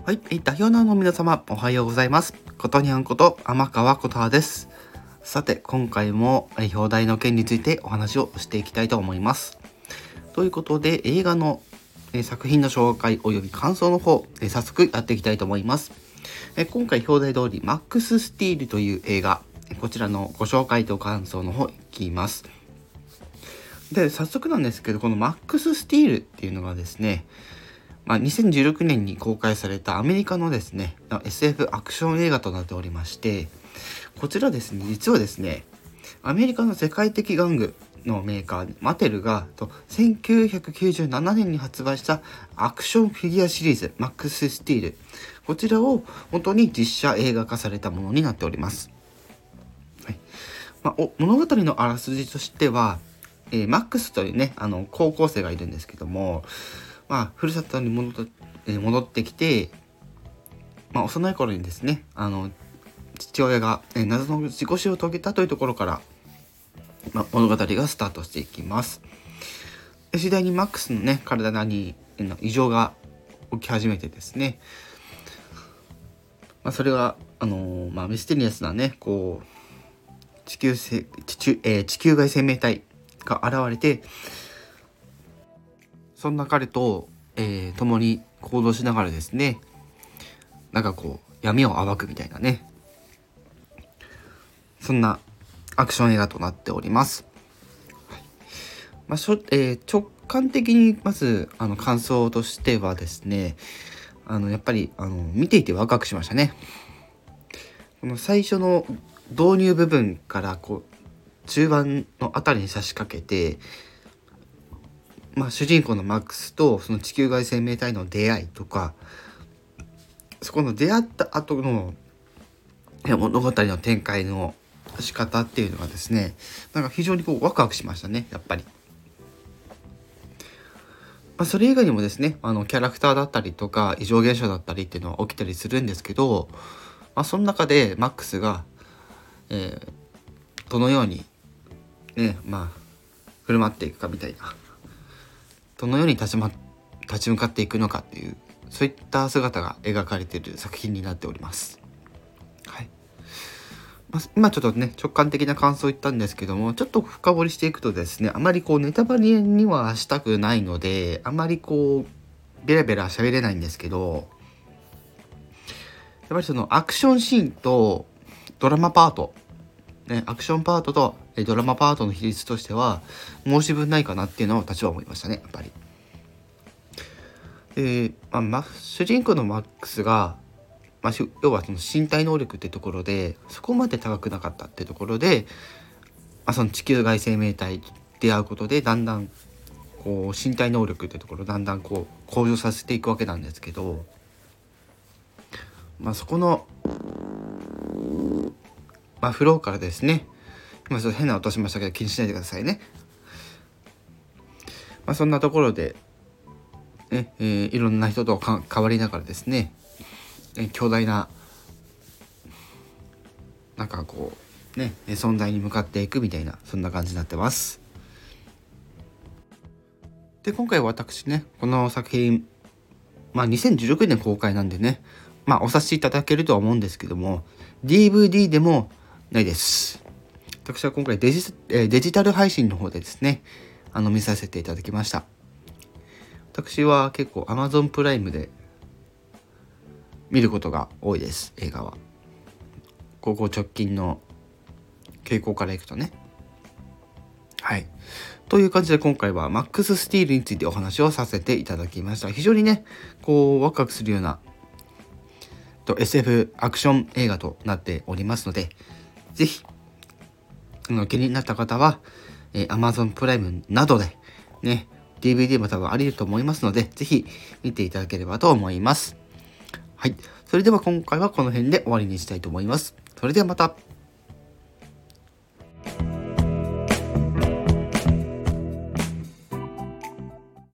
はい、代表の皆様おはようございます。ことにゃんこと天川琴葉です。さて今回も表題の件についてお話をしていきたいと思います。ということで映画の作品の紹介および感想の方早速やっていきたいと思います。今回表題通りマックス・スティールという映画、こちらのご紹介と感想の方いきます。で早速なんですけど、このマックス・スティールっていうのがですね、2016年に公開されたアメリカのですね SF アクション映画となっておりまして、こちらですね実はですねアメリカの世界的玩具のメーカーマテルが1997年に発売したアクションフィギュアシリーズマックス・スティール、こちらを元に実写映画化されたものになっております。物語のあらすじとしては、マックスというね高校生がいるんですけども、ふるさとに戻ってきて、幼い頃にですね父親が謎の事故死を遂げたというところから、物語がスタートしていきます。次第にマックスのね体に異常が起き始めてですね、それがミステリアスなね地球外生命体が現れて、そんな彼と、共に行動しながらですね闇を暴くみたいなね、そんなアクション映画となっております。直感的にまず感想としてはですね、やっぱり見ていてワクワクしましたね。この最初の導入部分から中盤のあたりに差し掛けて、主人公のマックスとその地球外生命体の出会いとか、そこの出会った後の物語の展開の仕方っていうのがですね、非常にワクワクしましたね、やっぱり。それ以外にもですねキャラクターだったりとか異常現象だったりっていうのは起きたりするんですけど、その中でマックスが、どのようにね振る舞っていくかみたいな、どのように立ち向かっていくのかっていう、そういった姿が描かれている作品になっております。今ちょっとね直感的な感想を言ったんですけども、ちょっと深掘りしていくとですね、あまりネタバレにはしたくないので、あまりベラベラ喋れないんですけど、やっぱりそのアクションシーンとドラマパート、アクションパートとドラマパートの比率としては申し分ないかなっていうのを私は思いましたね、やっぱり。主人公のマックスが要はその身体能力ってところでそこまで高くなかったってところで、その地球外生命体と出会うことでだんだん身体能力ってところをだんだん向上させていくわけなんですけど、そこの、フローからですね、今ちょっと変な音しましたけど気にしないでくださいね。そんなところで、いろんな人と変わりながらですね、強大な存在に向かっていくみたいな、そんな感じになってます。で今回私ねこの作品2016年公開なんでね、お察しいただけるとは思うんですけども DVD でもないです。私は今回デジタル配信の方でですね見させていただきました。私は結構 Amazon プライムで見ることが多いです、映画は。直近の傾向からいくとね。という感じで今回はマックス・スティールについてお話をさせていただきました。非常にねワクワクするようなSF アクション映画となっておりますので、ぜひ気になった方は、Amazon プライムなどでね DVD も多分ありると思いますので、ぜひ見ていただければと思います。それでは今回はこの辺で終わりにしたいと思います。それではまた。